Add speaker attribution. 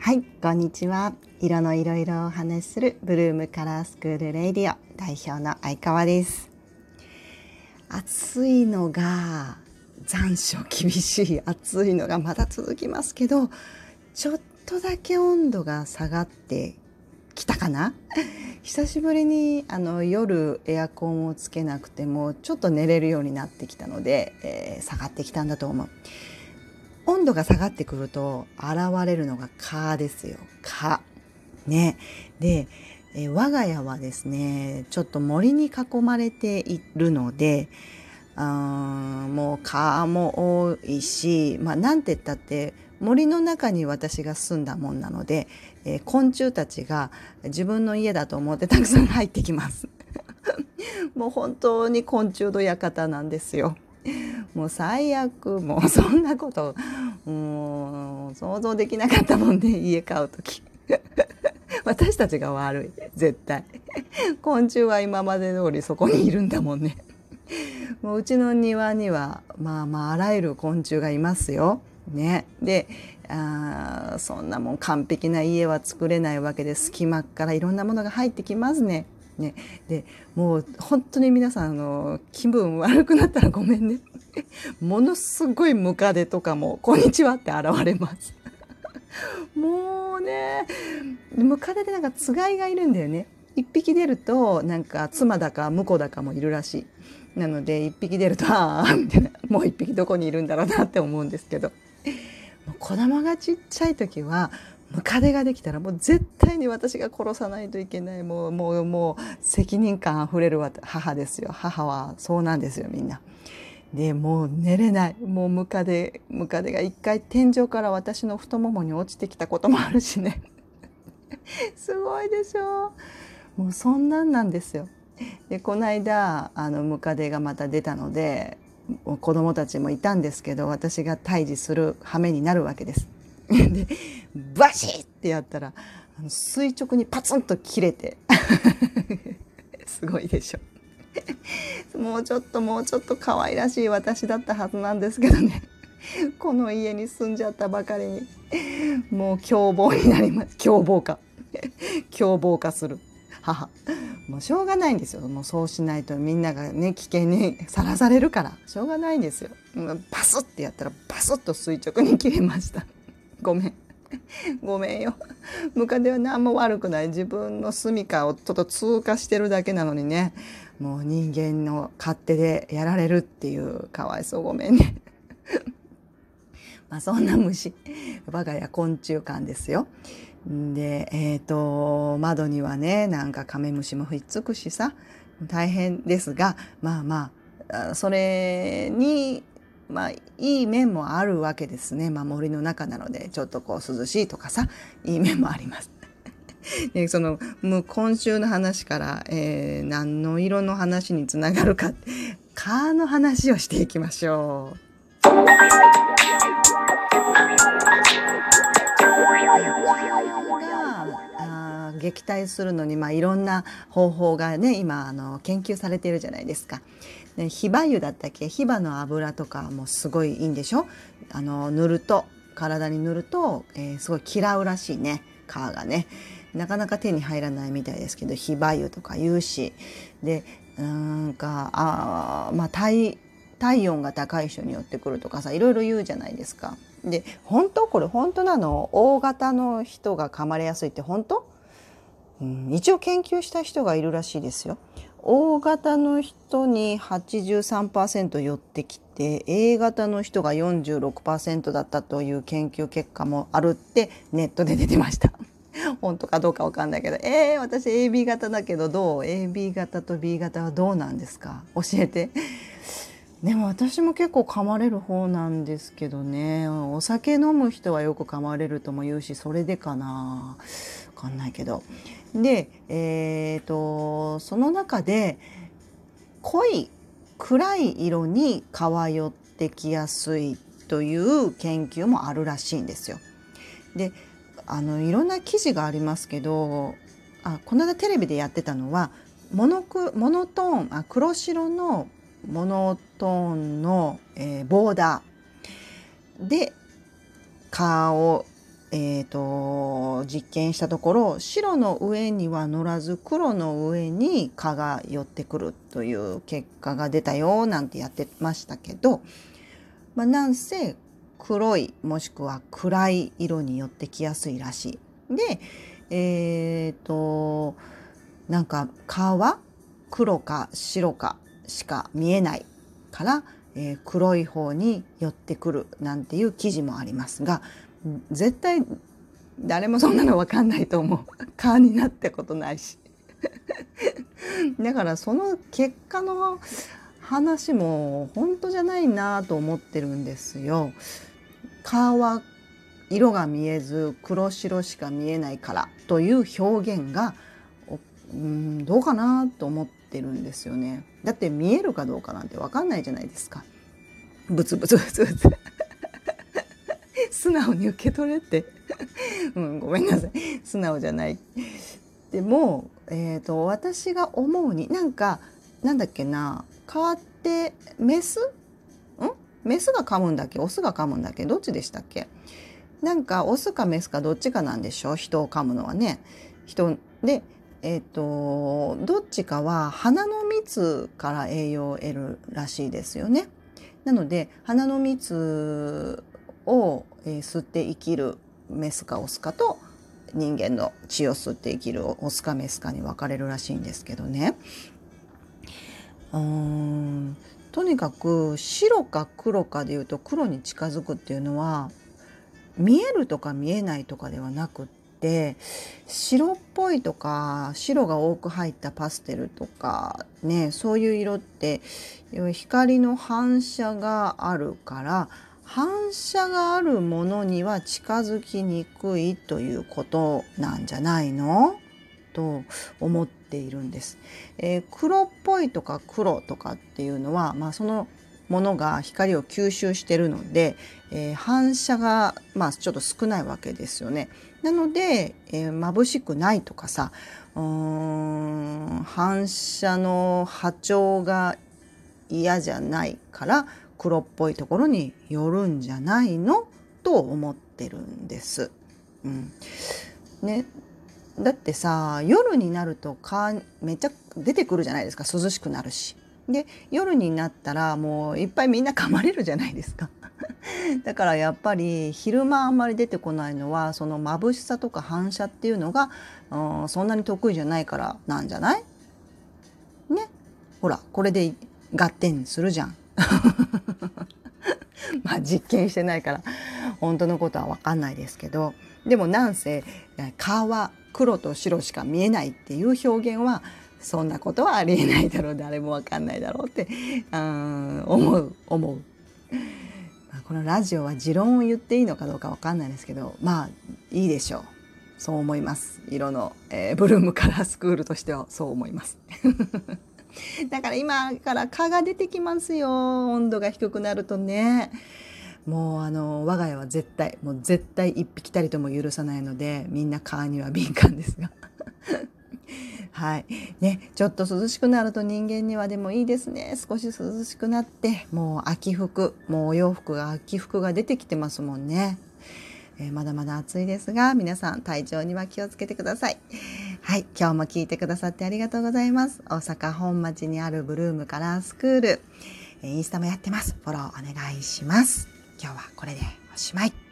Speaker 1: はい、こんにちは。色のいろいろお話しするブルームカラースクールレディオ代表の相川です。暑いのが残暑厳しい暑いのがまだ続きますけど、ちょっとだけ温度が下がってきたかな。久しぶりに夜エアコンをつけなくてもちょっと寝れるようになってきたので、下がってきたんだと思う。温度が下がってくると現れるのが蚊ですよ。蚊ね。で、我が家はですねちょっと森に囲まれているので、もう蚊も多いし、なんて言ったって森の中に私が住んだもんなので、昆虫たちが自分の家だと思ってたくさん入ってきますもう本当に昆虫の館なんですよ。もう最悪、もうそんなこともう想像できなかったもんね、家買うとき私たちが悪い、絶対昆虫は今まで通りそこにいるんだもんね。もううちの庭にはあらゆる昆虫がいますよね。で、そんなもん完璧な家は作れないわけで、隙間からいろんなものが入ってきますね。でもう本当に皆さん気分悪くなったらごめんねものすごいムカデとかもこんにちはって現れますもうね、ムカデでなんかつがいがいるんだよね。一匹出るとなんか妻だか婿だかもいるらしい。なので一匹出るとみたいな、もう一匹どこにいるんだろうなって思うんですけど、もう子供がちっちゃい時はムカデができたらもう絶対に私が殺さないといけない、もう責任感あふれる母ですよ。母はそうなんですよ、みんな。でもう寝れない。もうムカデが一回天井から私の太ももに落ちてきたこともあるしねすごいでしょ。もうそんなんですよ。でこの間ムカデがまた出たので、子供たちもいたんですけど、私が退治する羽目になるわけですでバシッってやったら垂直にパツンと切れてすごいでしょ。もうちょっと可愛らしい私だったはずなんですけどねこの家に住んじゃったばかりにもう凶暴になります。凶暴化する母。もうしょうがないんですよ。もうそうしないとみんながね危険にさらされるからしょうがないんですよ。パスってやったらパスッと垂直に切れましたごめんごめんよ。ムカデは何も悪くない、自分の住処をちょっと通過してるだけなのにね、もう人間の勝手でやられるっていう、かわいそう、ごめんねそんな虫、我が家昆虫館ですよ。で窓にはねなんかカメムシもひっつくしさ、大変ですが、それにいい面もあるわけですね。森の中なのでちょっとこう涼しいとかさ、いい面もありますでその今週の話から、何の色の話につながるか、蚊の話をしていきましょう。撃退するのにいろんな方法がね今研究されているじゃないですか。でヒバ油だったっけ、ヒバの油とかもすごいいいんでしょ。体に塗ると、すごい嫌うらしいね、皮がね。なかなか手に入らないみたいですけど、ヒバ油とか言うし、で体温が高い人によってくるとかさ、いろいろ言うじゃないですか。でこれ本当なの？大型の人が噛まれやすいって本当？一応研究した人がいるらしいですよ。大型の人に 83% 寄ってきて A 型の人が 46% だったという研究結果もあるってネットで出てました本当かどうかわかんないけど、私 AB 型だけどどう？ AB 型と B 型はどうなんですか？教えて。でも私も結構噛まれる方なんですけどね。お酒飲む人はよく噛まれるとも言うし、それでかな、わかんないけど。で、その中で暗い色に蚊は寄ってきやすいという研究もあるらしいんですよ。でいろんな記事がありますけど、この間テレビでやってたのはモノトーン、黒白のモノトーンの、ボーダーで蚊を、 実験したところ、白の上には乗らず黒の上に蚊が寄ってくるという結果が出たよなんてやってましたけど、なんせ黒いもしくは暗い色に寄ってきやすいらしい。で、なんか蚊は黒か白かしか見えないから、黒い方に寄ってくるなんていう記事もありますが、絶対誰もそんなの分かんないと思う。蚊になったことないし。だからその結果の話も本当じゃないなと思ってるんですよ。蚊は色が見えず黒白しか見えないからという表現がどうかなと思ってるんですよね。だって見えるかどうかなんて分かんないじゃないですか。ブツブツブツブツ素直に受け取れてごめんなさい、素直じゃない。でも、私が思うになんだっけな、変わってメスが噛むんだっけ、オスが噛むんだっけ、どっちでしたっけ。なんかオスかメスかどっちかなんでしょ、人を噛むのはね。人でどっちかは花の蜜から栄養を得るらしいですよね。なので花の蜜を吸って生きるメスかオスかと、人間の血を吸って生きるオスかメスかに分かれるらしいんですけどね。とにかく白か黒かでいうと黒に近づくっていうのは見えるとか見えないとかではなくって、白っぽいとか白が多く入ったパステルとかね、そういう色って光の反射があるから、反射があるものには近づきにくいということなんじゃないのと思っているんです。黒っぽいとか黒とかっていうのは、そのものが光を吸収しているので、反射がちょっと少ないわけですよね。なので、眩しくないとかさ、反射の波長が嫌じゃないから黒っぽいところに寄るんじゃないのと思ってるんです。ね、だってさ、夜になると蚊めっちゃ出てくるじゃないですか。涼しくなるし。で夜になったらもういっぱいみんな噛まれるじゃないですか。だからやっぱり昼間あんまり出てこないのは、その眩しさとか反射っていうのがそんなに得意じゃないからなんじゃないね。ほらこれで合点するじゃん。実験してないから本当のことは分かんないですけど、でもなんせ蚊は黒と白しか見えないっていう表現は、そんなことはありえないだろう、誰も分かんないだろうって思う。このラジオは持論を言っていいのかどうか分かんないですけど、いいでしょう。そう思います。色の、ブルームカラースクールとしてはそう思います。だから今から蚊が出てきますよ。温度が低くなるとね。もう我が家は絶対一匹たりとも許さないので、みんな蚊には敏感ですがはいね、ちょっと涼しくなると人間にはでもいいですね。少し涼しくなって、もう秋服、もうお洋服が秋服が出てきてますもんね。まだまだ暑いですが、皆さん体調には気をつけてください。はい、今日も聞いてくださってありがとうございます。大阪本町にあるブルームカラースクール、インスタもやってます。フォローお願いします。今日はこれでおしまい。